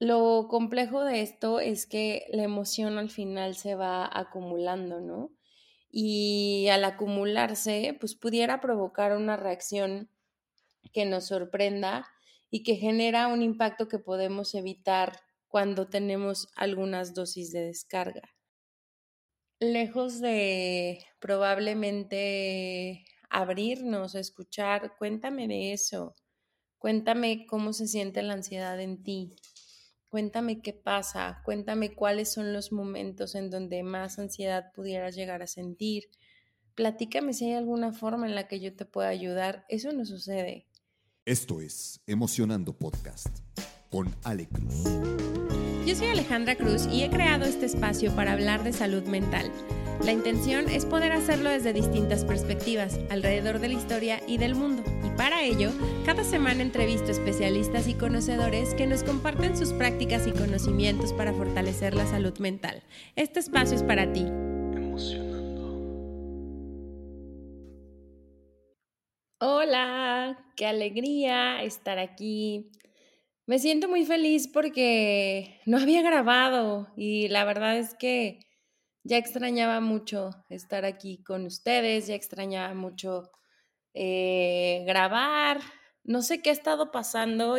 Lo complejo de esto es que la emoción al final se va acumulando, ¿no? Y al acumularse, pues pudiera provocar una reacción que nos sorprenda y que genera un impacto que podemos evitar cuando tenemos algunas dosis de descarga. Lejos de probablemente abrirnos, escuchar, cuéntame de eso, cuéntame cómo se siente la ansiedad en ti, cuéntame qué pasa, cuéntame cuáles son los momentos en donde más ansiedad pudieras llegar a sentir, platícame si hay alguna forma en la que yo te pueda ayudar. Eso no sucede. Esto es Emocionando Podcast con Ale Cruz. Yo soy Alejandra Cruz y he creado este espacio para hablar de salud mental. La intención es poder hacerlo desde distintas perspectivas, alrededor de la historia y del mundo. Y para ello, cada semana entrevisto especialistas y conocedores que nos comparten sus prácticas y conocimientos para fortalecer la salud mental. Este espacio es para ti. Hola, qué alegría estar aquí. Me siento muy feliz porque no había grabado y la verdad es que ya extrañaba mucho estar aquí con ustedes, ya extrañaba mucho grabar. No sé qué ha estado pasando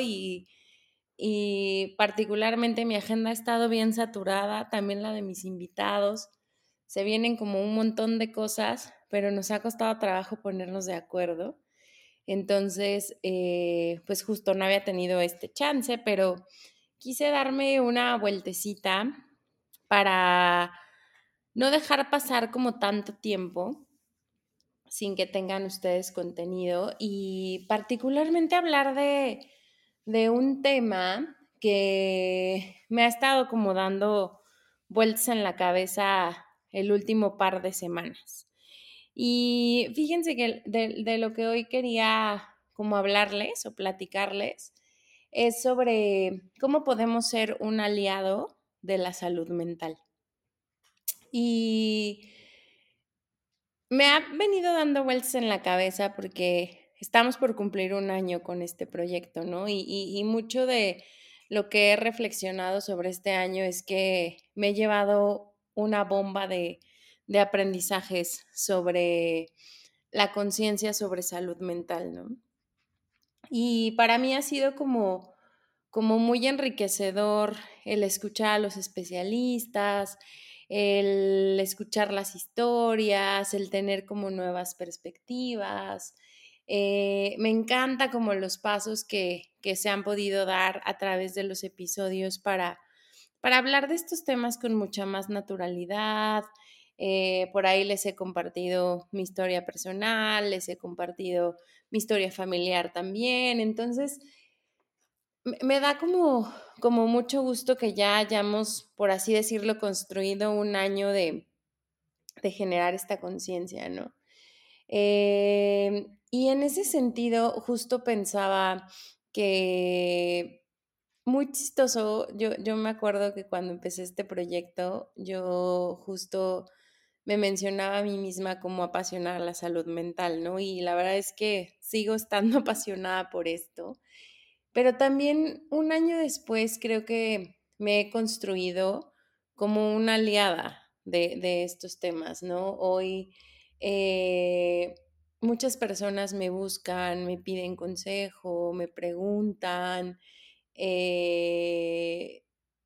y particularmente mi agenda ha estado bien saturada, también la de mis invitados. Se vienen como un montón de cosas, pero nos ha costado trabajo ponernos de acuerdo. Entonces, pues justo no había tenido este chance, pero quise darme una vueltecita para no dejar pasar como tanto tiempo sin que tengan ustedes contenido y particularmente hablar de un tema que me ha estado como dando vueltas en la cabeza el último par de semanas. Y fíjense que de lo que hoy quería como hablarles o platicarles es sobre cómo podemos ser un aliado de la salud mental. Y me ha venido dando vueltas en la cabeza porque estamos por cumplir un año con este proyecto, ¿no? Y mucho de lo que he reflexionado sobre este año es que me he llevado una bomba de aprendizajes sobre la conciencia sobre salud mental, ¿no? Y para mí ha sido como muy enriquecedor el escuchar a los especialistas, el escuchar las historias, el tener como nuevas perspectivas. Me encanta como los pasos que se han podido dar a través de los episodios para hablar de estos temas con mucha más naturalidad. Por ahí les he compartido mi historia personal, les he compartido mi historia familiar también. Entonces, me da como mucho gusto que ya hayamos, por así decirlo, construido un año de generar esta conciencia, ¿no? Y en ese sentido, justo pensaba que muy chistoso, yo me acuerdo que cuando empecé este proyecto, yo justo me mencionaba a mí misma como apasionada a la salud mental, ¿no? Y la verdad es que sigo estando apasionada por esto, pero también un año después creo que me he construido como una aliada de estos temas, ¿no? Hoy eh, muchas personas me buscan, me piden consejo, me preguntan, eh,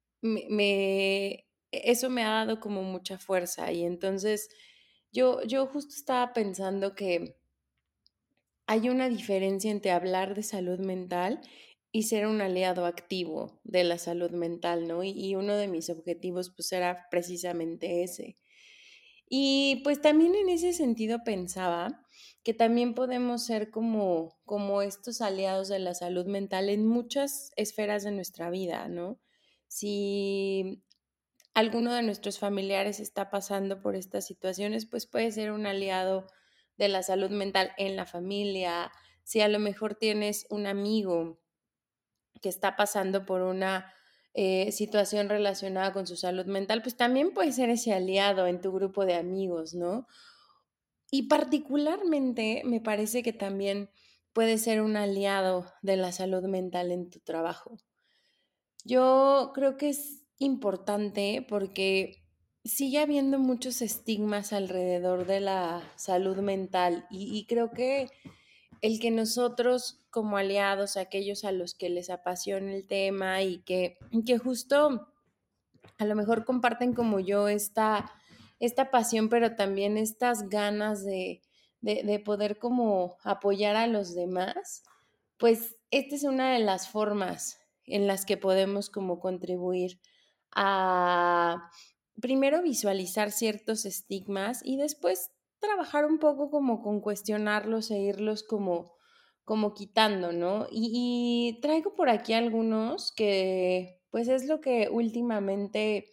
eso me ha dado como mucha fuerza y entonces yo justo estaba pensando que hay una diferencia entre hablar de salud mental y ser un aliado activo de la salud mental, ¿no? Y uno de mis objetivos pues era precisamente ese. Y pues también en ese sentido pensaba que también podemos ser como estos aliados de la salud mental en muchas esferas de nuestra vida, ¿no? Si alguno de nuestros familiares está pasando por estas situaciones, pues puede ser un aliado de la salud mental en la familia. Si a lo mejor tienes un amigo que está pasando por una situación relacionada con su salud mental, pues también puede ser ese aliado en tu grupo de amigos, ¿no? Y particularmente me parece que también puede ser un aliado de la salud mental en tu trabajo. Yo creo que es importante porque sigue habiendo muchos estigmas alrededor de la salud mental y creo que el que nosotros como aliados, aquellos a los que les apasiona el tema y que justo a lo mejor comparten como yo esta pasión, pero también estas ganas de poder como apoyar a los demás, pues esta es una de las formas en las que podemos como contribuir a primero visualizar ciertos estigmas y después trabajar un poco como con cuestionarlos e irlos como quitando, ¿no? Y traigo por aquí algunos que pues es lo que últimamente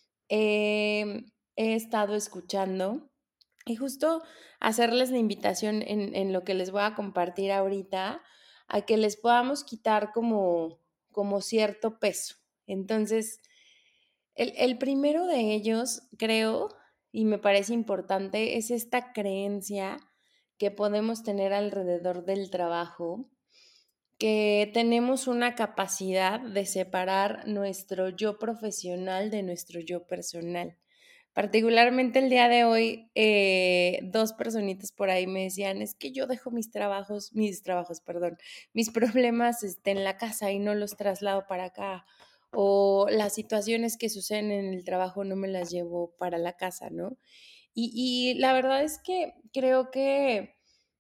he estado escuchando y justo hacerles la invitación en lo que les voy a compartir ahorita a que les podamos quitar como cierto peso. Entonces, el primero de ellos, creo, y me parece importante, es esta creencia que podemos tener alrededor del trabajo, que tenemos una capacidad de separar nuestro yo profesional de nuestro yo personal. Particularmente el día de hoy, dos personitas por ahí me decían, es que yo dejo perdón, mis problemas en la casa y no los traslado para acá. O las situaciones que suceden en el trabajo no me las llevo para la casa, ¿no? Y la verdad es que creo que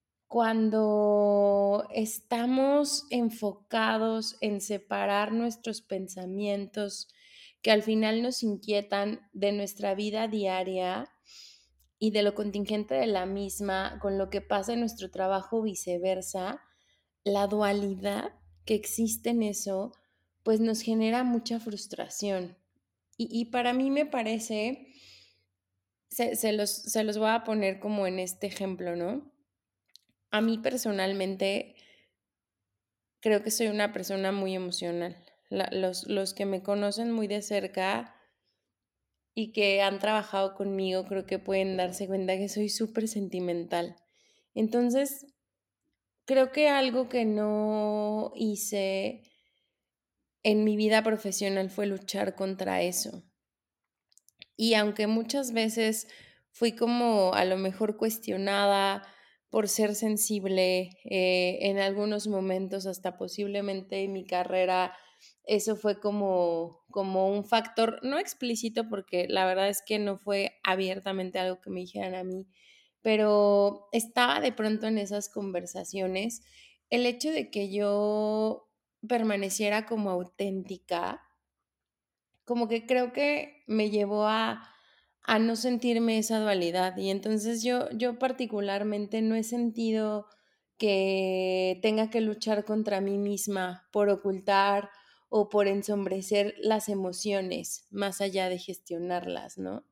cuando estamos enfocados en separar nuestros pensamientos que al final nos inquietan de nuestra vida diaria y de lo contingente de la misma, con lo que pasa en nuestro trabajo, viceversa, la dualidad que existe en eso, pues nos genera mucha frustración. Y para mí me parece, se los voy a poner como en este ejemplo, ¿no? A mí personalmente creo que soy una persona muy emocional. Los que me conocen muy de cerca y que han trabajado conmigo creo que pueden darse cuenta que soy súper sentimental. Entonces, creo que algo que no hice en mi vida profesional fue luchar contra eso. Y aunque muchas veces fui como a lo mejor cuestionada por ser sensible, en algunos momentos hasta posiblemente en mi carrera, eso fue como un factor no explícito porque la verdad es que no fue abiertamente algo que me dijeran a mí, pero estaba de pronto en esas conversaciones. El hecho de que yo permaneciera como auténtica como que creo que me llevó a no sentirme esa dualidad. Y entonces yo particularmente no he sentido que tenga que luchar contra mí misma por ocultar o por ensombrecer las emociones, más allá de gestionarlas, ¿no?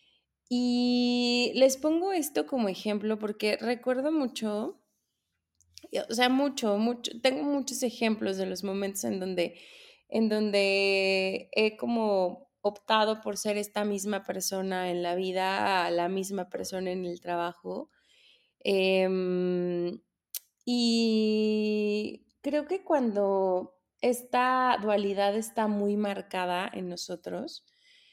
Y les pongo esto como ejemplo porque recuerdo mucho, o sea, mucho, tengo muchos ejemplos de los momentos en donde he como optado por ser esta misma persona en la vida, a la misma persona en el trabajo. Em, y creo que cuando esta dualidad está muy marcada en nosotros,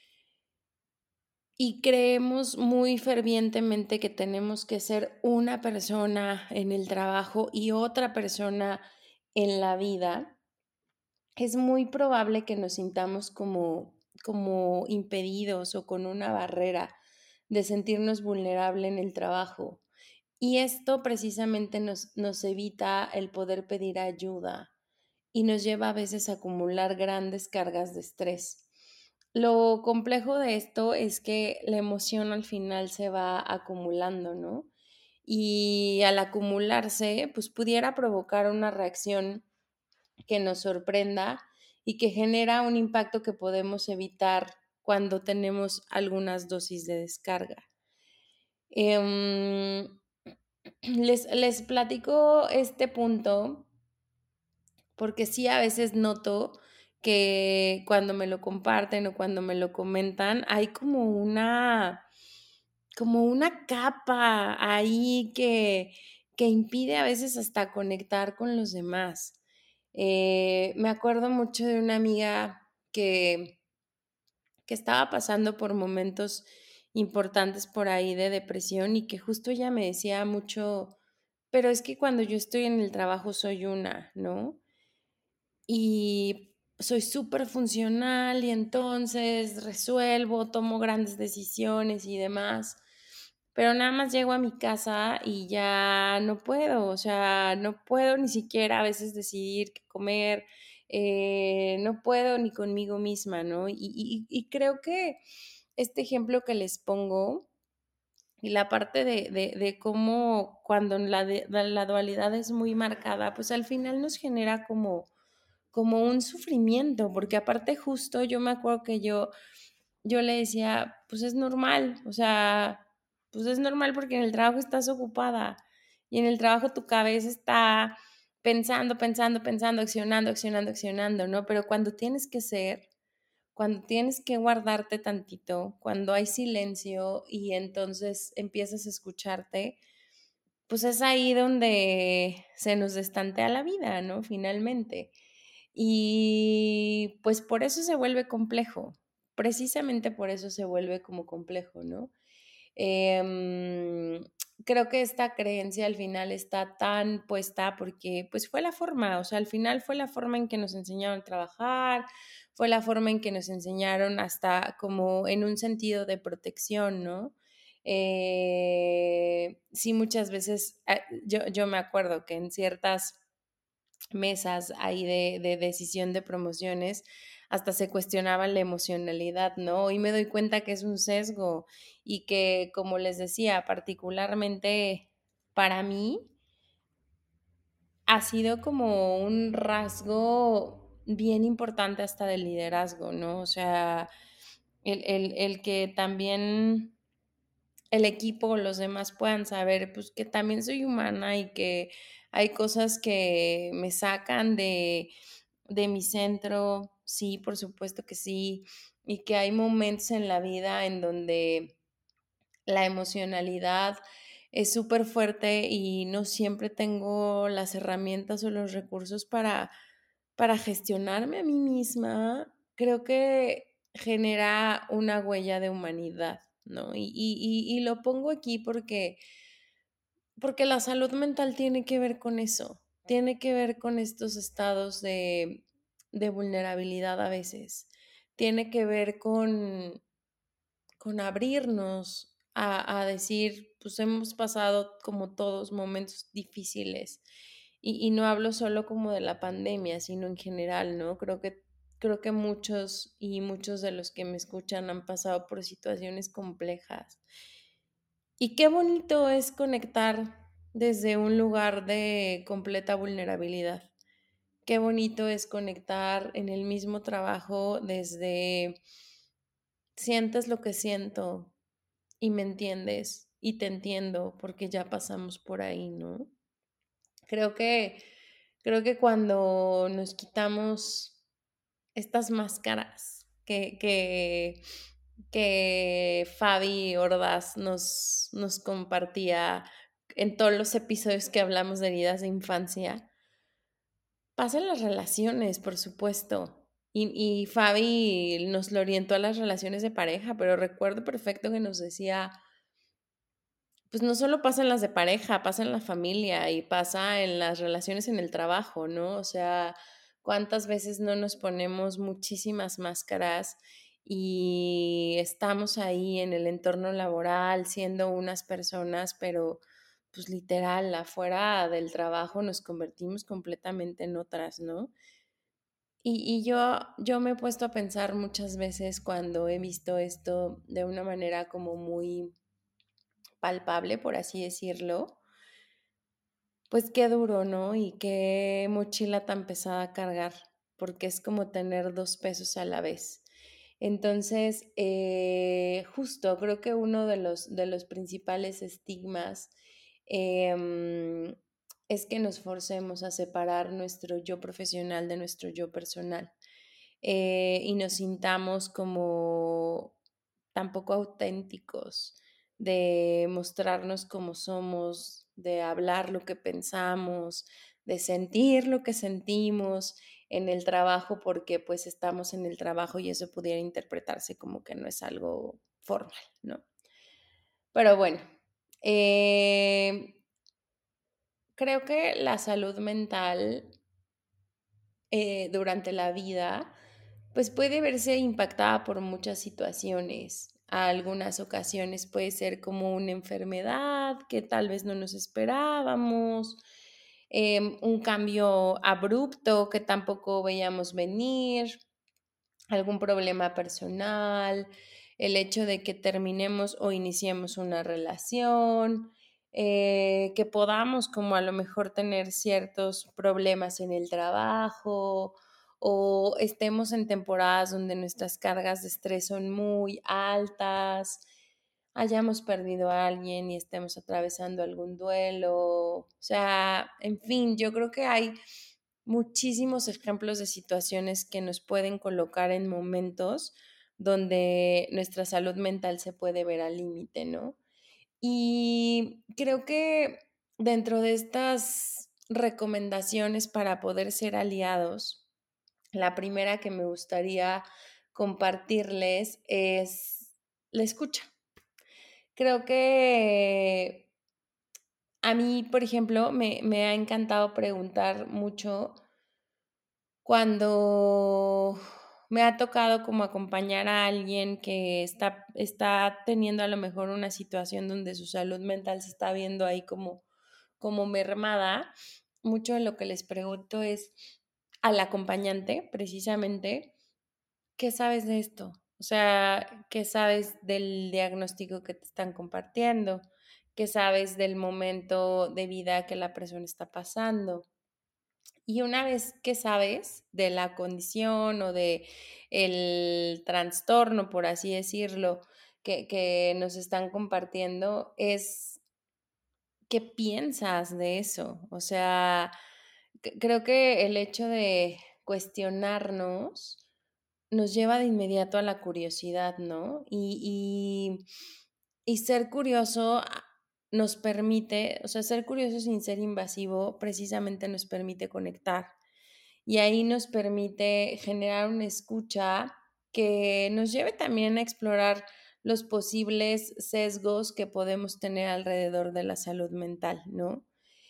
y creemos muy fervientemente que tenemos que ser una persona en el trabajo y otra persona en la vida, es muy probable que nos sintamos como impedidos o con una barrera de sentirnos vulnerable en el trabajo. Y esto precisamente nos evita el poder pedir ayuda y nos lleva a veces a acumular grandes cargas de estrés. Lo complejo de esto es que la emoción al final se va acumulando, ¿no? Y al acumularse, pues pudiera provocar una reacción que nos sorprenda y que genera un impacto que podemos evitar cuando tenemos algunas dosis de descarga. Em, les platico este punto porque sí a veces noto que cuando me lo comparten o cuando me lo comentan, hay como una capa ahí que impide a veces hasta conectar con los demás. Me acuerdo mucho de una amiga que, que estaba pasando por momentos importantes por ahí de depresión y que justo ella me decía mucho, pero es que cuando yo estoy en el trabajo soy una, ¿no? Y soy súper funcional y entonces resuelvo, tomo grandes decisiones y demás, pero nada más llego a mi casa y ya no puedo, o sea, no puedo ni siquiera a veces decidir qué comer, no puedo ni conmigo misma, ¿no? Y creo que este ejemplo que les pongo y la parte de cómo cuando la dualidad es muy marcada, pues al final nos genera como un sufrimiento, porque aparte justo yo me acuerdo que yo le decía, pues es normal, o sea, pues es normal porque en el trabajo estás ocupada y en el trabajo tu cabeza está pensando, pensando, pensando, accionando, accionando, accionando, ¿no? Pero cuando tienes que guardarte tantito, cuando hay silencio y entonces empiezas a escucharte, pues es ahí donde se nos destantea la vida, ¿no? Finalmente. Y pues por eso se vuelve complejo, precisamente por eso se vuelve como complejo, ¿no? Em, Creo que esta creencia al final está tan puesta porque pues fue la forma, o sea, al final fue la forma en que nos enseñaron a trabajar, fue la forma en que nos enseñaron hasta como en un sentido de protección, ¿no? Sí, muchas veces, yo me acuerdo que en ciertas mesas ahí de decisión de promociones, hasta se cuestionaba la emocionalidad, ¿no? Y me doy cuenta que es un sesgo y que, como les decía, particularmente para mí, ha sido como un rasgo bien importante hasta del liderazgo, ¿no? O sea, el que también el equipo, los demás puedan saber, pues que también soy humana y que hay cosas que me sacan de mi centro, sí, por supuesto que sí, y que hay momentos en la vida en donde la emocionalidad es súper fuerte y no siempre tengo las herramientas o los recursos para gestionarme a mí misma. Creo que genera una huella de humanidad, ¿no? Y lo pongo aquí porque la salud mental tiene que ver con eso, tiene que ver con estos estados de vulnerabilidad a veces, tiene que ver con abrirnos a decir, pues hemos pasado como todos momentos difíciles y no hablo solo como de la pandemia, sino en general, ¿no? Creo que muchos y muchos de los que me escuchan han pasado por situaciones complejas. Y qué bonito es conectar desde un lugar de completa vulnerabilidad. Qué bonito es conectar en el mismo trabajo desde sientes lo que siento y me entiendes y te entiendo porque ya pasamos por ahí, ¿no? Creo que, creo que cuando nos quitamos estas máscaras que Fabi Ordaz nos compartía en todos los episodios que hablamos de heridas de infancia, pasan las relaciones, por supuesto. Y Fabi nos lo orientó a las relaciones de pareja, pero recuerdo perfecto que nos decía, pues no solo pasa en las de pareja, pasa en la familia y pasa en las relaciones en el trabajo, ¿no? O sea, cuántas veces no nos ponemos muchísimas máscaras y estamos ahí en el entorno laboral siendo unas personas, pero pues literal, afuera del trabajo nos convertimos completamente en otras, ¿no? Yo me he puesto a pensar muchas veces cuando he visto esto de una manera como muy palpable, por así decirlo, pues qué duro, ¿no? Y qué mochila tan pesada a cargar, porque es como tener dos pesos a la vez. Entonces, justo creo que uno de los principales estigmas em, es que nos forcemos a separar nuestro yo profesional de nuestro yo personal y nos sintamos como tampoco auténticos, de mostrarnos como somos, de hablar lo que pensamos, de sentir lo que sentimos. en el trabajo porque pues estamos en el trabajo y eso pudiera interpretarse como que no es algo formal, ¿no? Pero bueno, eh, creo que la salud mental durante la vida, pues puede verse impactada por muchas situaciones. A algunas ocasiones puede ser como una enfermedad que tal vez no nos esperábamos, un cambio abrupto que tampoco veíamos venir, algún problema personal, el hecho de que terminemos o iniciemos una relación, que podamos como a lo mejor tener ciertos problemas en el trabajo o estemos en temporadas donde nuestras cargas de estrés son muy altas, hayamos perdido a alguien y estemos atravesando algún duelo. O sea, en fin, yo creo que hay muchísimos ejemplos de situaciones que nos pueden colocar en momentos donde nuestra salud mental se puede ver al límite, ¿no? Y creo que dentro de estas recomendaciones para poder ser aliados, la primera que me gustaría compartirles es la escucha. Creo que a mí, por ejemplo, me ha encantado preguntar mucho cuando me ha tocado como acompañar a alguien que está teniendo a lo mejor una situación donde su salud mental se está viendo ahí como mermada, mucho de lo que les pregunto es al acompañante, precisamente, ¿qué sabes de esto? O sea, ¿qué sabes del diagnóstico que te están compartiendo? ¿Qué sabes del momento de vida que la persona está pasando? Y una vez que sabes de la condición o de el trastorno, por así decirlo, que nos están compartiendo, es qué piensas de eso. O sea, creo que el hecho de cuestionarnos nos lleva de inmediato a la curiosidad, ¿no? Y ser curioso nos permite, o sea, ser curioso sin ser invasivo precisamente nos permite conectar y ahí nos permite generar una escucha que nos lleve también a explorar los posibles sesgos que podemos tener alrededor de la salud mental, ¿no?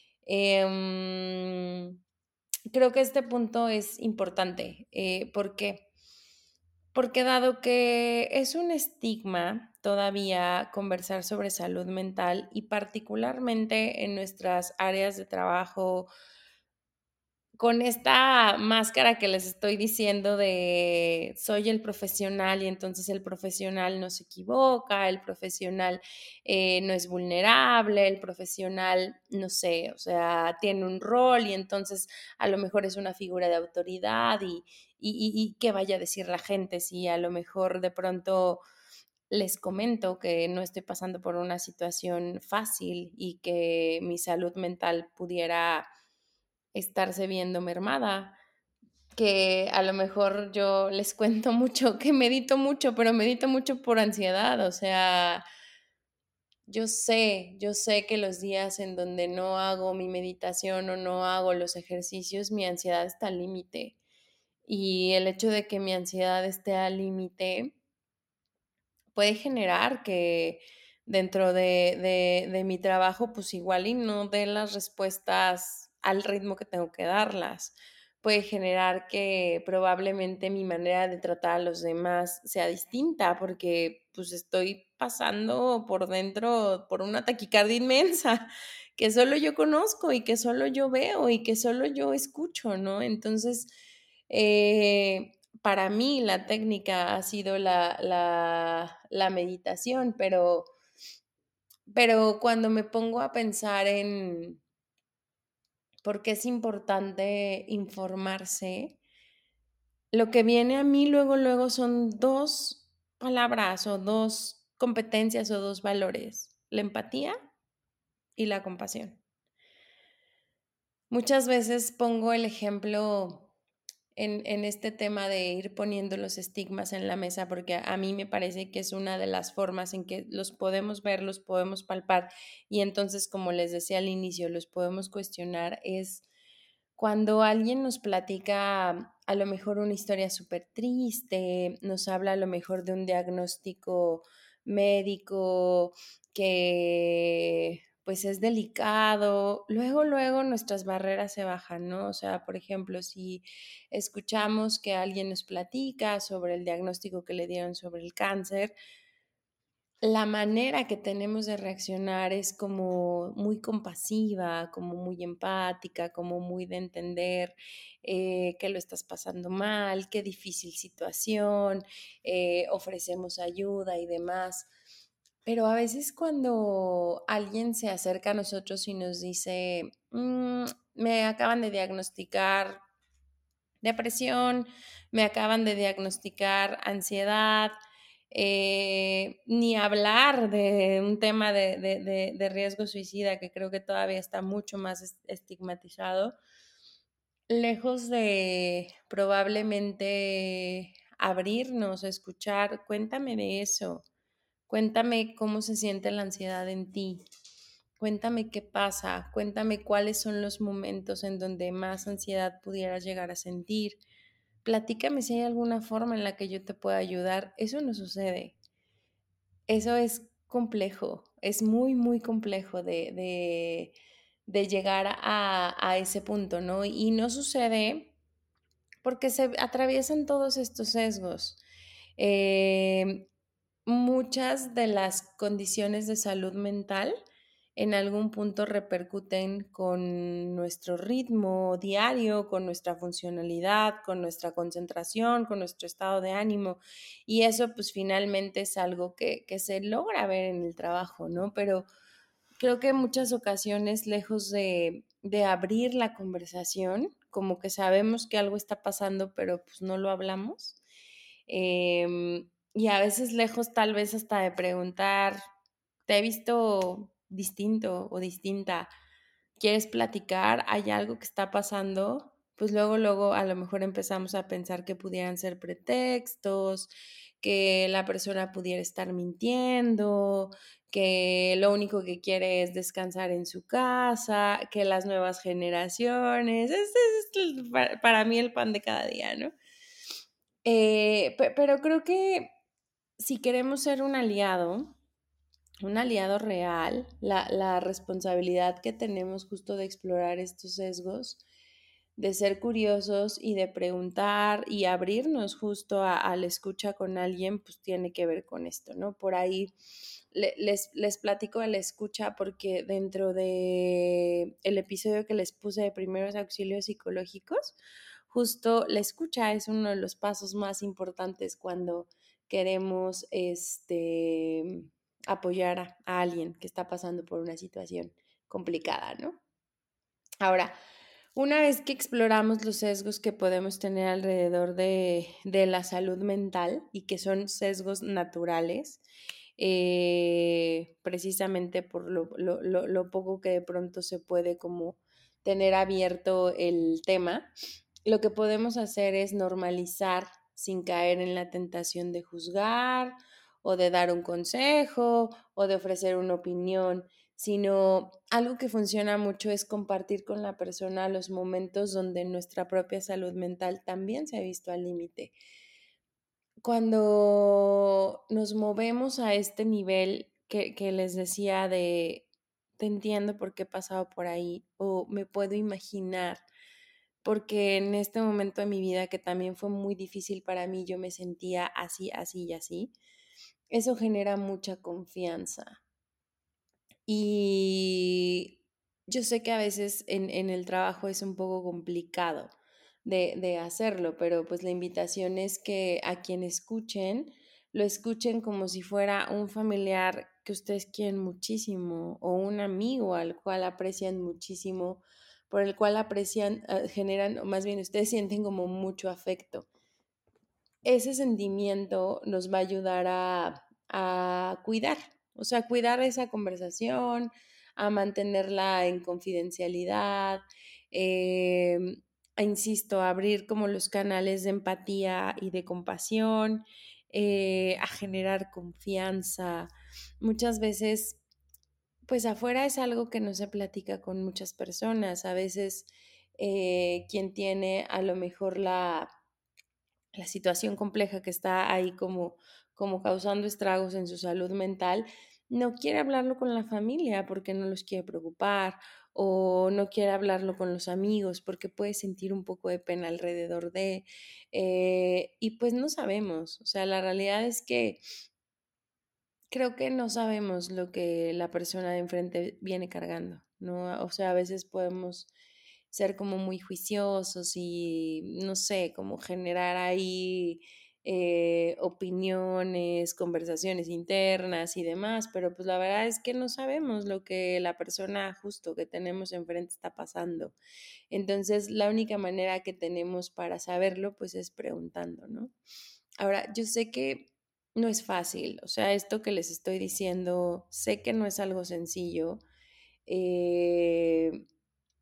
Em, Creo que este punto es importante. ¿Por qué? Porque dado que es un estigma todavía conversar sobre salud mental y particularmente en nuestras áreas de trabajo, con esta máscara que les estoy diciendo de soy el profesional y entonces el profesional no se equivoca, el profesional no es vulnerable, el profesional, no sé, o sea, tiene un rol y entonces a lo mejor es una figura de autoridad y qué vaya a decir la gente si a lo mejor de pronto les comento que no estoy pasando por una situación fácil y que mi salud mental pudiera estarse viendo mermada, que a lo mejor yo les cuento mucho, que medito mucho, pero medito mucho por ansiedad, o sea, yo sé que los días en donde no hago mi meditación o no hago los ejercicios, mi ansiedad está al límite. Y el hecho de que mi ansiedad esté al límite puede generar que dentro de mi trabajo, pues igual y no dé las respuestas al ritmo que tengo que darlas. Puede generar que probablemente mi manera de tratar a los demás sea distinta porque pues estoy pasando por dentro por una taquicardia inmensa que solo yo conozco y que solo yo veo y que solo yo escucho, ¿no? Entonces, para mí la técnica ha sido la meditación, pero cuando me pongo a pensar en por qué es importante informarse, lo que viene a mí luego son dos palabras o dos competencias o dos valores, la empatía y la compasión. Muchas veces pongo el ejemplo en este tema de ir poniendo los estigmas en la mesa, porque a mí me parece que es una de las formas en que los podemos ver, los podemos palpar y entonces, como les decía al inicio, los podemos cuestionar, es Cuando alguien nos platica a lo mejor una historia súper triste, nos habla a lo mejor de un diagnóstico médico que pues es delicado, luego nuestras barreras se bajan, ¿no? O sea, por ejemplo, si escuchamos que alguien nos platica sobre el diagnóstico que le dieron sobre el cáncer, la manera que tenemos de reaccionar es como muy compasiva, como muy empática, como muy de entender que lo estás pasando mal, qué difícil situación, ofrecemos ayuda y demás. Pero a veces cuando alguien se acerca a nosotros y nos dice, me acaban de diagnosticar depresión, me acaban de diagnosticar ansiedad, ni hablar de un tema de riesgo suicida que creo que todavía está mucho más estigmatizado, lejos de probablemente abrirnos, escuchar, cuéntame de eso, cuéntame cómo se siente la ansiedad en ti, cuéntame qué pasa, cuéntame cuáles son los momentos en donde más ansiedad pudieras llegar a sentir. Platícame si hay alguna forma en la que yo te pueda ayudar. Eso no sucede. Eso es complejo. Es muy complejo de llegar a ese punto, ¿no? Y no sucede porque se atraviesan todos estos sesgos. Eh, Muchas de las condiciones de salud mental en algún punto repercuten con nuestro ritmo diario, con nuestra funcionalidad, con nuestra concentración, con nuestro estado de ánimo. Y eso pues finalmente es algo que se logra ver en el trabajo, ¿no? Pero creo que en muchas ocasiones, lejos de abrir la conversación, como que sabemos que algo está pasando, pero pues no lo hablamos. Y a veces lejos tal vez hasta de preguntar, ¿te he visto distinto o distinta? ¿Quieres platicar? ¿Hay algo que está pasando? Pues luego a lo mejor empezamos a pensar que pudieran ser pretextos, que la persona pudiera estar mintiendo, que lo único que quiere es descansar en su casa, que las nuevas generaciones, es para mí el pan de cada día, ¿no? Pero creo que si queremos ser un aliado real, la responsabilidad que tenemos justo de explorar estos sesgos, de ser curiosos y de preguntar y abrirnos justo a la escucha con alguien, pues tiene que ver con esto, ¿no? Por ahí les platico de la escucha porque dentro de el episodio que les puse de primeros auxilios psicológicos, justo la escucha es uno de los pasos más importantes cuando queremos apoyar a alguien que está pasando por una situación complicada, ¿no? Ahora, una vez que exploramos los sesgos que podemos tener alrededor de la salud mental y que son sesgos naturales, precisamente por lo poco que de pronto se puede como tener abierto el tema, lo que podemos hacer es normalizar sin caer en la tentación de juzgar o de dar un consejo o de ofrecer una opinión, sino algo que funciona mucho es compartir con la persona los momentos donde nuestra propia salud mental también se ha visto al límite. Cuando nos movemos a este nivel que les decía de te entiendo porque he pasado por ahí o me puedo imaginar porque en este momento de mi vida que también fue muy difícil para mí, yo me sentía así y así. Eso genera mucha confianza. Y yo sé que a veces en el trabajo es un poco complicado de hacerlo, pero pues la invitación es que a quien escuchen, lo escuchen como si fuera un familiar que ustedes quieren muchísimo o un amigo al cual aprecian muchísimo, por el cual aprecian, generan, o más bien ustedes sienten como mucho afecto. Ese sentimiento nos va a ayudar a cuidar, o sea, cuidar esa conversación, a mantenerla en confidencialidad, insisto, a abrir como los canales de empatía y de compasión, a generar confianza. Muchas veces, pues afuera es algo que no se platica con muchas personas, a veces quien tiene a lo mejor la situación compleja que está ahí como causando estragos en su salud mental, no quiere hablarlo con la familia porque no los quiere preocupar o no quiere hablarlo con los amigos porque puede sentir un poco de pena alrededor de, y pues no sabemos, o sea, la realidad es que creo que no sabemos lo que la persona de enfrente viene cargando, ¿no? O sea, a veces podemos ser como muy juiciosos y, no sé, como generar ahí opiniones, conversaciones internas y demás, pero pues la verdad es que no sabemos lo que la persona justo que tenemos enfrente está pasando. Entonces, la única manera que tenemos para saberlo, pues es preguntando, ¿no? Ahora, yo sé que no es fácil, o sea, esto que les estoy diciendo, sé que no es algo sencillo, eh,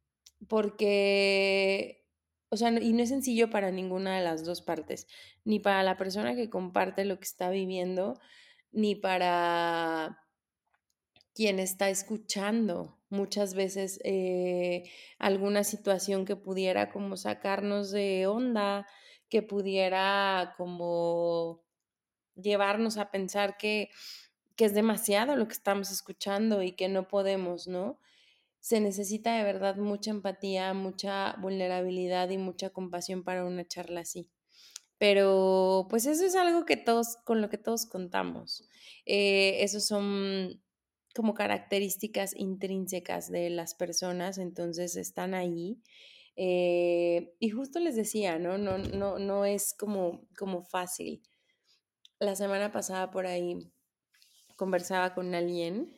porque, o sea, y no es sencillo para ninguna de las dos partes, ni para la persona que comparte lo que está viviendo, ni para quien está escuchando muchas veces alguna situación que pudiera como sacarnos de onda, que pudiera como llevarnos a pensar que es demasiado lo que estamos escuchando y que no podemos, ¿no? Se necesita de verdad mucha empatía, mucha vulnerabilidad y mucha compasión para una charla así. Pero pues eso es algo que todos, con lo que todos contamos. Esos son como características intrínsecas de las personas, entonces están ahí. Y justo les decía, ¿no? No es como fácil. La semana pasada por ahí conversaba con alguien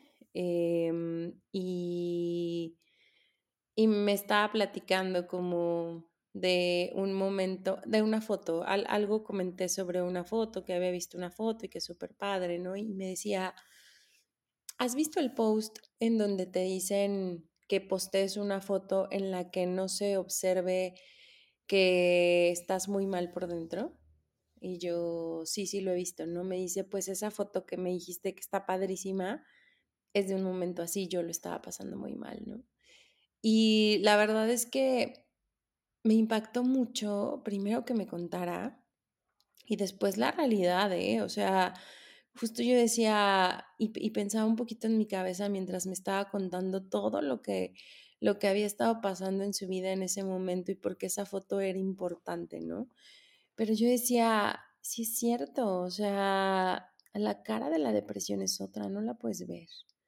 y me estaba platicando como de un momento, de una foto, algo comenté sobre una foto, que había visto una foto y que es súper padre, ¿no? Y me decía, ¿has visto el post en donde te dicen que postees una foto en la que no se observe que estás muy mal por dentro? Y yo, sí, lo he visto, ¿no? Me dice, pues esa foto que me dijiste que está padrísima es de un momento así, yo lo estaba pasando muy mal, ¿no? Y la verdad es que me impactó mucho, primero que me contara y después la realidad, ¿eh? O sea, justo yo decía y pensaba un poquito en mi cabeza mientras me estaba contando todo lo que había estado pasando en su vida en ese momento y por qué esa foto era importante, ¿no? Pero yo decía, sí es cierto, o sea, la cara de la depresión es otra, no la puedes ver.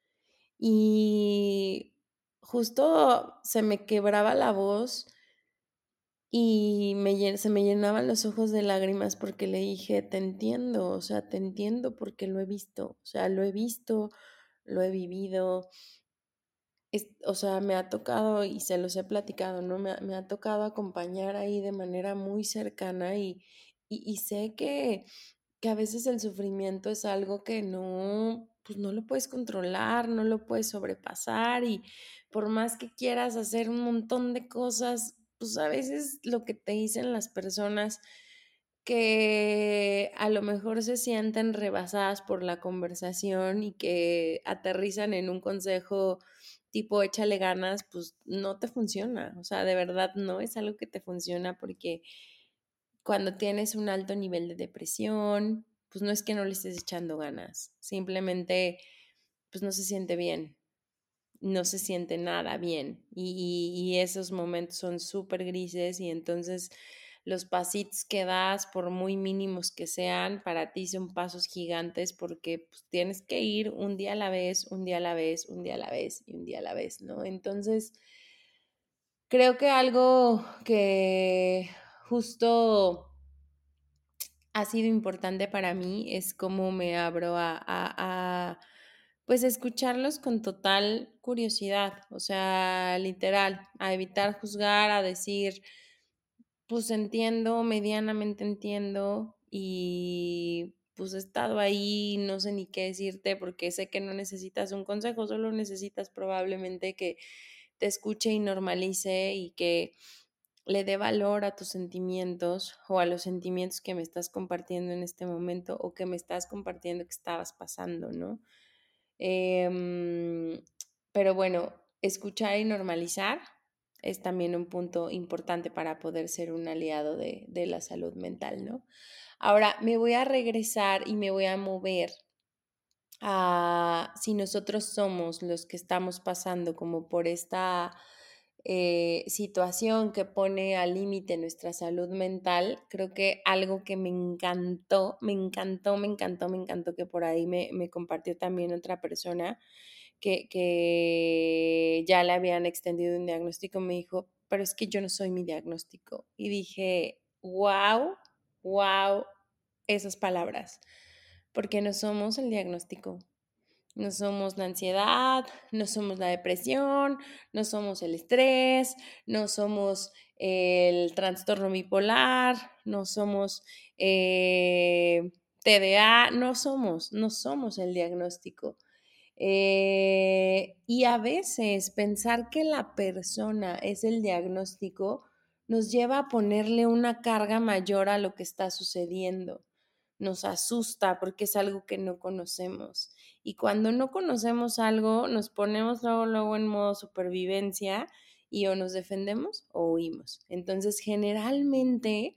Y justo se me quebraba la voz y se me llenaban los ojos de lágrimas porque le dije, te entiendo, o sea, te entiendo porque lo he visto, o sea, lo he visto, lo he vivido, o sea, me ha tocado y se los he platicado, ¿no? Me ha tocado acompañar ahí de manera muy cercana y sé que a veces el sufrimiento es algo que no, pues no lo puedes controlar, no lo puedes sobrepasar y por más que quieras hacer un montón de cosas, pues a veces lo que te dicen las personas que a lo mejor se sienten rebasadas por la conversación y que aterrizan en un consejo tipo échale ganas, pues no te funciona, o sea, de verdad no es algo que te funciona porque cuando tienes un alto nivel de depresión, pues no es que no le estés echando ganas, simplemente pues no se siente bien, no se siente nada bien y esos momentos son súper grises y entonces los pasitos que das, por muy mínimos que sean, para ti son pasos gigantes porque pues, tienes que ir un día a la vez, un día a la vez, un día a la vez y un día a la vez, ¿no? Entonces, creo que algo que justo ha sido importante para mí es cómo me abro pues escucharlos con total curiosidad, o sea, literal, a evitar juzgar, a decir, pues entiendo, medianamente entiendo y pues he estado ahí, no sé ni qué decirte porque sé que no necesitas un consejo, solo necesitas probablemente que te escuche y normalice y que le dé valor a tus sentimientos o a los sentimientos que me estás compartiendo en este momento o que me estás compartiendo que estabas pasando, ¿no? Em, pero bueno, escuchar y normalizar es también un punto importante para poder ser un aliado de la salud mental, ¿no? Ahora me voy a regresar y me voy a mover a si nosotros somos los que estamos pasando como por esta situación que pone al límite nuestra salud mental, creo que algo que me encantó, me encantó, me encantó, me encantó, que por ahí me compartió también otra persona que ya le habían extendido un diagnóstico, me dijo, pero es que yo no soy mi diagnóstico. Y dije, wow, wow, esas palabras, porque no somos el diagnóstico. No somos la ansiedad, no somos la depresión, no somos el estrés, no somos el trastorno bipolar, no somos TDA, no somos el diagnóstico. Y a veces pensar que la persona es el diagnóstico nos lleva a ponerle una carga mayor a lo que está sucediendo. Nos asusta porque es algo que no conocemos. Y cuando no conocemos algo, nos ponemos luego en modo supervivencia y o nos defendemos o huimos. Entonces, generalmente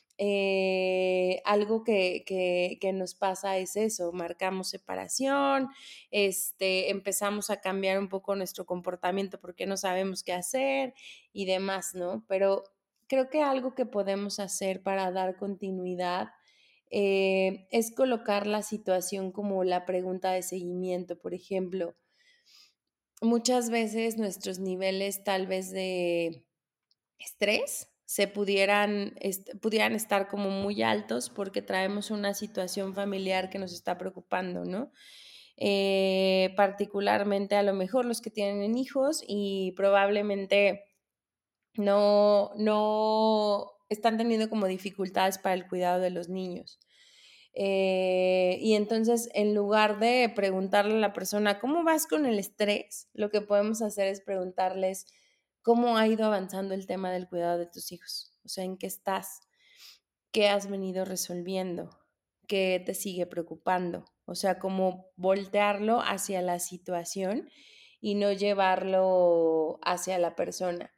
algo que nos pasa es eso, marcamos separación, empezamos a cambiar un poco nuestro comportamiento porque no sabemos qué hacer y demás, ¿no? Pero creo que algo que podemos hacer para dar continuidad es colocar la situación como la pregunta de seguimiento. Por ejemplo, muchas veces nuestros niveles tal vez de estrés pudieran estar como muy altos porque traemos una situación familiar que nos está preocupando, ¿no? Particularmente a lo mejor los que tienen hijos y probablemente no están teniendo como dificultades para el cuidado de los niños. Y entonces, en lugar de preguntarle a la persona, ¿cómo vas con el estrés? Lo que podemos hacer es preguntarles cómo ha ido avanzando el tema del cuidado de tus hijos. O sea, ¿en qué estás? ¿Qué has venido resolviendo? ¿Qué te sigue preocupando? O sea, como voltearlo hacia la situación y no llevarlo hacia la persona.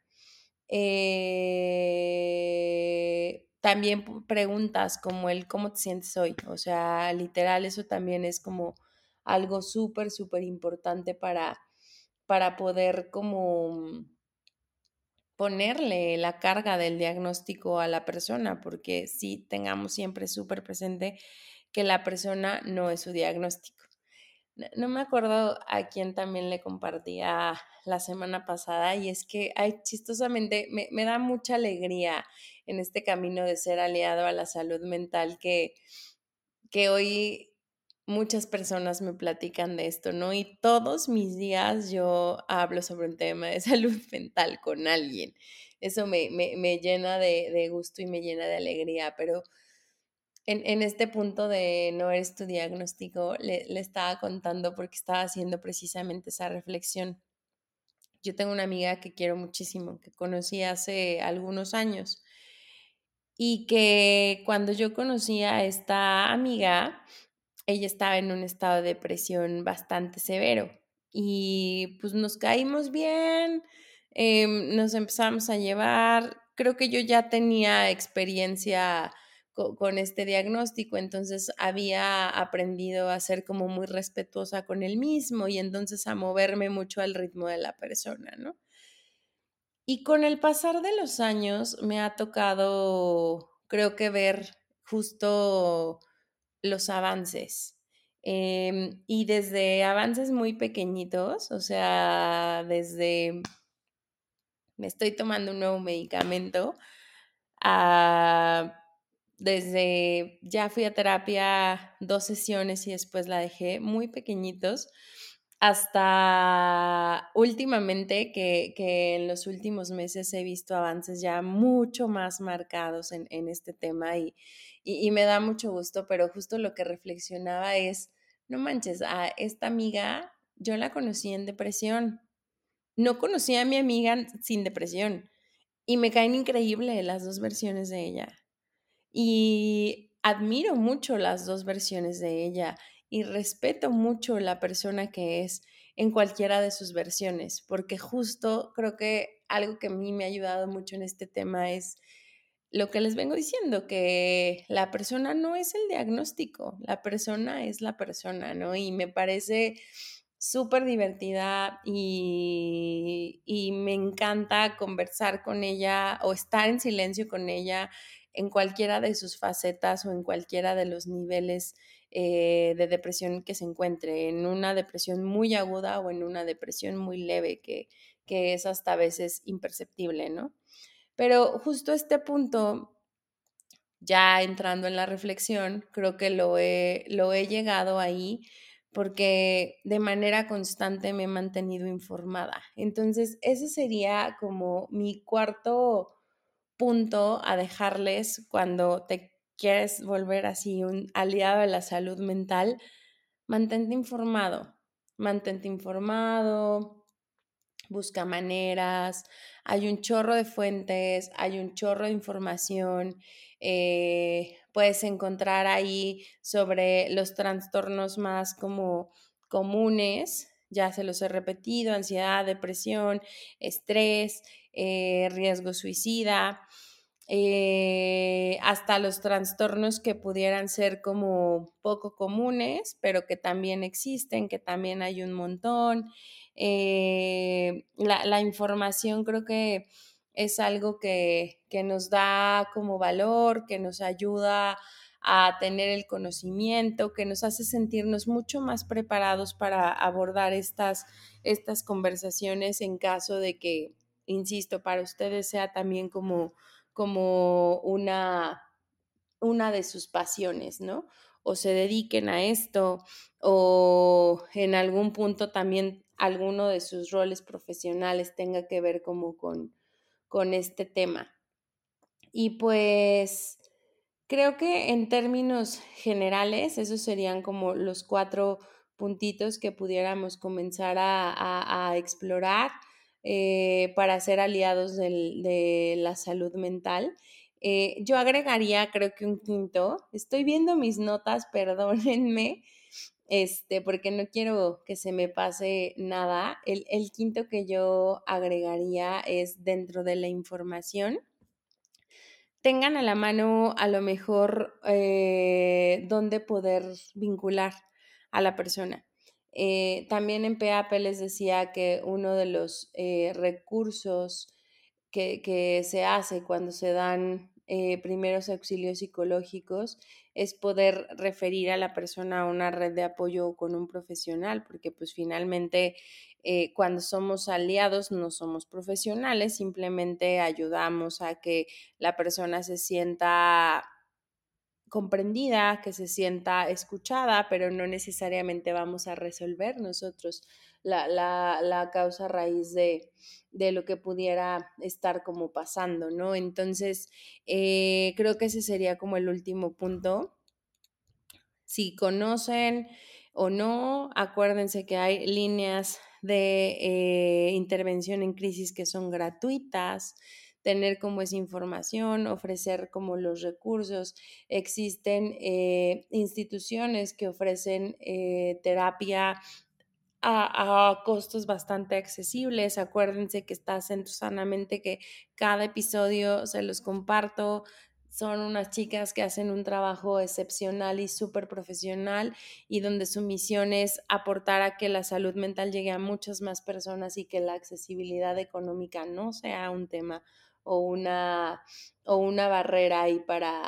También preguntas como el cómo te sientes hoy. O sea, literal, eso también es como algo súper, súper importante para poder como ponerle la carga del diagnóstico a la persona, porque sí tengamos siempre súper presente que la persona no es su diagnóstico. No me acuerdo a quién también le compartía la semana pasada y es que, ay, chistosamente, me da mucha alegría en este camino de ser aliado a la salud mental que hoy muchas personas me platican de esto, ¿no? Y todos mis días yo hablo sobre un tema de salud mental con alguien. Eso me llena de gusto y me llena de alegría, pero en este punto de no eres tu diagnóstico, le estaba contando porque estaba haciendo precisamente esa reflexión. Yo tengo una amiga que quiero muchísimo, que conocí hace algunos años y que cuando yo conocí a esta amiga, ella estaba en un estado de depresión bastante severo y pues nos caímos bien, nos empezamos a llevar, creo que yo ya tenía experiencia con este diagnóstico, entonces había aprendido a ser como muy respetuosa con él mismo y entonces a moverme mucho al ritmo de la persona, ¿no? Y con el pasar de los años me ha tocado, creo que ver justo los avances. Y desde avances muy pequeñitos, o sea, desde me estoy tomando un nuevo medicamento, a, desde ya fui a terapia 2 sesiones y después la dejé, muy pequeñitos, hasta últimamente que en los últimos meses he visto avances ya mucho más marcados en este tema y me da mucho gusto, pero justo lo que reflexionaba es, no manches, a esta amiga yo la conocí en depresión, no conocí a mi amiga sin depresión y me caen increíble las dos versiones de ella. Y admiro mucho las dos versiones de ella y respeto mucho la persona que es en cualquiera de sus versiones, porque justo creo que algo que a mí me ha ayudado mucho en este tema es lo que les vengo diciendo, que la persona no es el diagnóstico, la persona es la persona, ¿no? Y me parece súper divertida y me encanta conversar con ella o estar en silencio con ella en cualquiera de sus facetas o en cualquiera de los niveles de depresión que se encuentre, en una depresión muy aguda o en una depresión muy leve que es hasta a veces imperceptible, ¿no? Pero justo este punto, ya entrando en la reflexión, creo que lo he llegado ahí porque de manera constante me he mantenido informada. Entonces, ese sería como mi cuarto punto a dejarles cuando te quieres volver así un aliado de la salud mental. Mantente informado, mantente informado, busca maneras, hay un chorro de fuentes, hay un chorro de información, puedes encontrar ahí sobre los trastornos más como comunes, ya se los he repetido, ansiedad, depresión, estrés, riesgo suicida, hasta los trastornos que pudieran ser como poco comunes, pero que también existen, que también hay un montón. La información creo que es algo que nos da como valor, que nos ayuda a tener el conocimiento, que nos hace sentirnos mucho más preparados para abordar estas conversaciones en caso de que, insisto, para ustedes sea también como una de sus pasiones, ¿no? O se dediquen a esto, o en algún punto también alguno de sus roles profesionales tenga que ver como con este tema. Y pues creo que en términos generales, esos serían como los 4 puntitos que pudiéramos comenzar a explorar para ser aliados de la salud mental. Yo agregaría, creo que un quinto. Estoy viendo mis notas, perdónenme, porque no quiero que se me pase nada. El quinto que yo agregaría es dentro de la información tengan a la mano a lo mejor dónde poder vincular a la persona. También en PAP les decía que uno de los recursos que se hace cuando se dan primeros auxilios psicológicos es poder referir a la persona a una red de apoyo con un profesional, porque pues finalmente cuando somos aliados no somos profesionales, simplemente ayudamos a que la persona se sienta comprendida, que se sienta escuchada, pero no necesariamente vamos a resolver nosotros la causa raíz de lo que pudiera estar como pasando, ¿no? Entonces, creo que ese sería como el último punto. Si conocen o no, acuérdense que hay líneas de intervención en crisis que son gratuitas, tener como esa información, ofrecer como los recursos. Existen instituciones que ofrecen terapia a costos bastante accesibles. Acuérdense que está Centro Sanamente, que cada episodio se los comparto. Son unas chicas que hacen un trabajo excepcional y súper profesional y donde su misión es aportar a que la salud mental llegue a muchas más personas y que la accesibilidad económica no sea un tema o una barrera ahí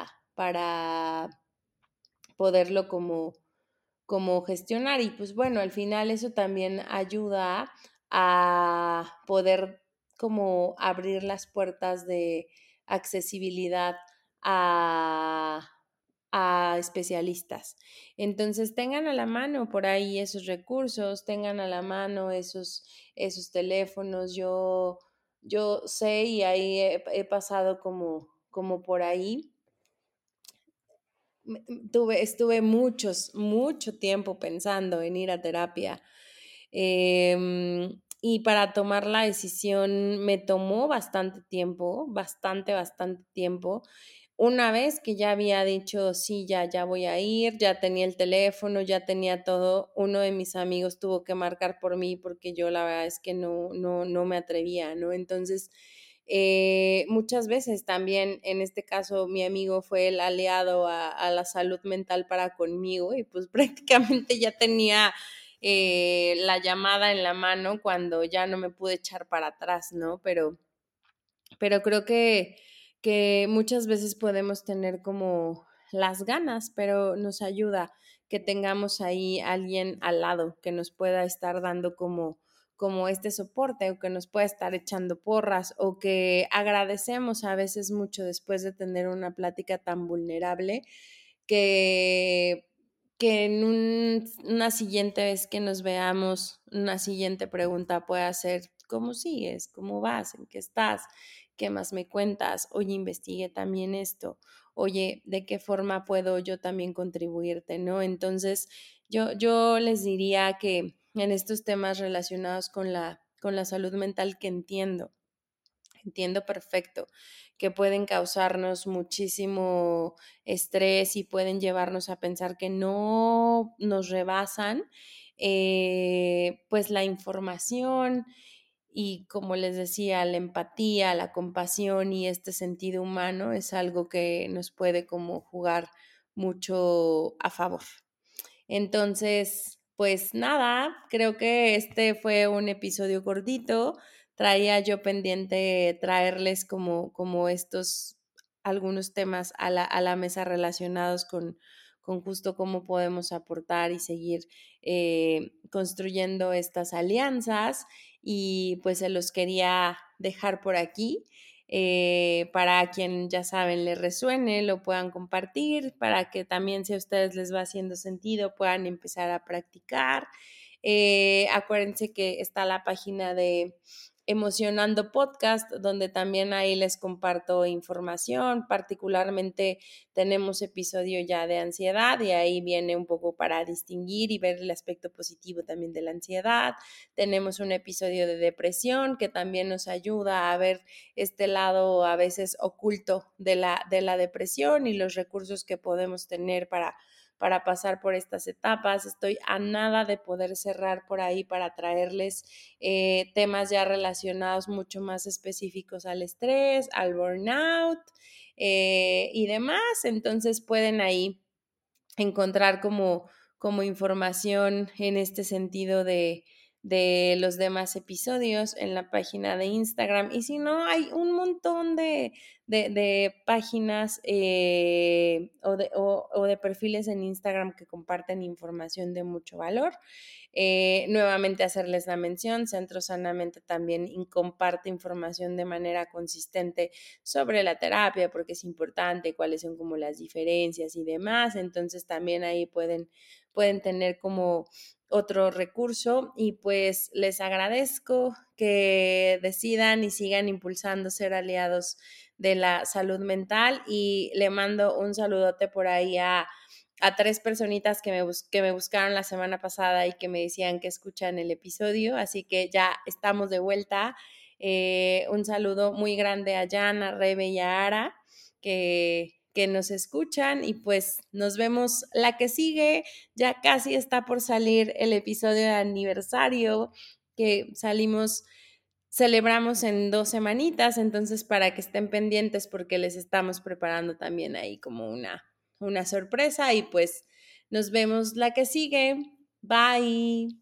para poderlo como gestionar. Y pues bueno, al final eso también ayuda a poder como abrir las puertas de accesibilidad a, a especialistas. Entonces tengan a la mano por ahí esos recursos, tengan a la mano esos teléfonos. Yo sé y ahí he pasado como por ahí estuve mucho tiempo pensando en ir a terapia. Y para tomar la decisión me tomó bastante tiempo, bastante tiempo. una vez que ya había dicho, sí, ya voy a ir, ya tenía el teléfono, ya tenía todo, uno de mis amigos tuvo que marcar por mí porque yo la verdad es que no me atrevía, ¿no? Entonces, muchas veces también, en este caso, mi amigo fue el aliado a la salud mental para conmigo y pues prácticamente ya tenía la llamada en la mano cuando ya no me pude echar para atrás, ¿no? Pero creo que muchas veces podemos tener como las ganas, pero nos ayuda que tengamos ahí alguien al lado que nos pueda estar dando como este soporte o que nos pueda estar echando porras o que agradecemos a veces mucho después de tener una plática tan vulnerable que, que en una siguiente vez que nos veamos, una siguiente pregunta pueda ser, ¿cómo sigues? ¿Cómo vas? ¿En qué estás? ¿Qué más me cuentas? Oye, investigué también esto. Oye, ¿de qué forma puedo yo también contribuirte? ¿No? Entonces, yo les diría que en estos temas relacionados con la salud mental que entiendo perfecto que pueden causarnos muchísimo estrés y pueden llevarnos a pensar que no nos rebasan, pues la información y como les decía, la empatía, la compasión y este sentido humano es algo que nos puede como jugar mucho a favor. Entonces, pues nada, creo que este fue un episodio cortito. Traía yo pendiente traerles como estos algunos temas a la mesa relacionados con justo cómo podemos aportar y seguir construyendo estas alianzas. Y pues se los quería dejar por aquí para quien ya saben le resuene, lo puedan compartir, para que también si a ustedes les va haciendo sentido puedan empezar a practicar. Acuérdense que está la página de Emocionando Podcast, donde también ahí les comparto información, particularmente tenemos episodio ya de ansiedad y ahí viene un poco para distinguir y ver el aspecto positivo también de la ansiedad. Tenemos un episodio de depresión que también nos ayuda a ver este lado a veces oculto de la depresión y los recursos que podemos tener para pasar por estas etapas. Estoy a nada de poder cerrar por ahí para traerles temas ya relacionados mucho más específicos al estrés, al burnout y demás. Entonces pueden ahí encontrar como información en este sentido de los demás episodios en la página de Instagram. Y si no, hay un montón de páginas o de perfiles en Instagram que comparten información de mucho valor. Nuevamente hacerles la mención, Centro Sanamente también comparte información de manera consistente sobre la terapia, porque es importante, cuáles son como las diferencias y demás. Entonces también ahí pueden tener como otro recurso y pues les agradezco que decidan y sigan impulsando ser aliados de la salud mental y le mando un saludote por ahí a tres personitas que me buscaron la semana pasada y que me decían que escuchan el episodio, así que ya estamos de vuelta. Un saludo muy grande a Jan, a Rebe y a Ara, que nos escuchan y pues nos vemos la que sigue. Ya casi está por salir el episodio de aniversario que celebramos en 2 semanitas, entonces para que estén pendientes porque les estamos preparando también ahí como una sorpresa y pues nos vemos la que sigue. Bye.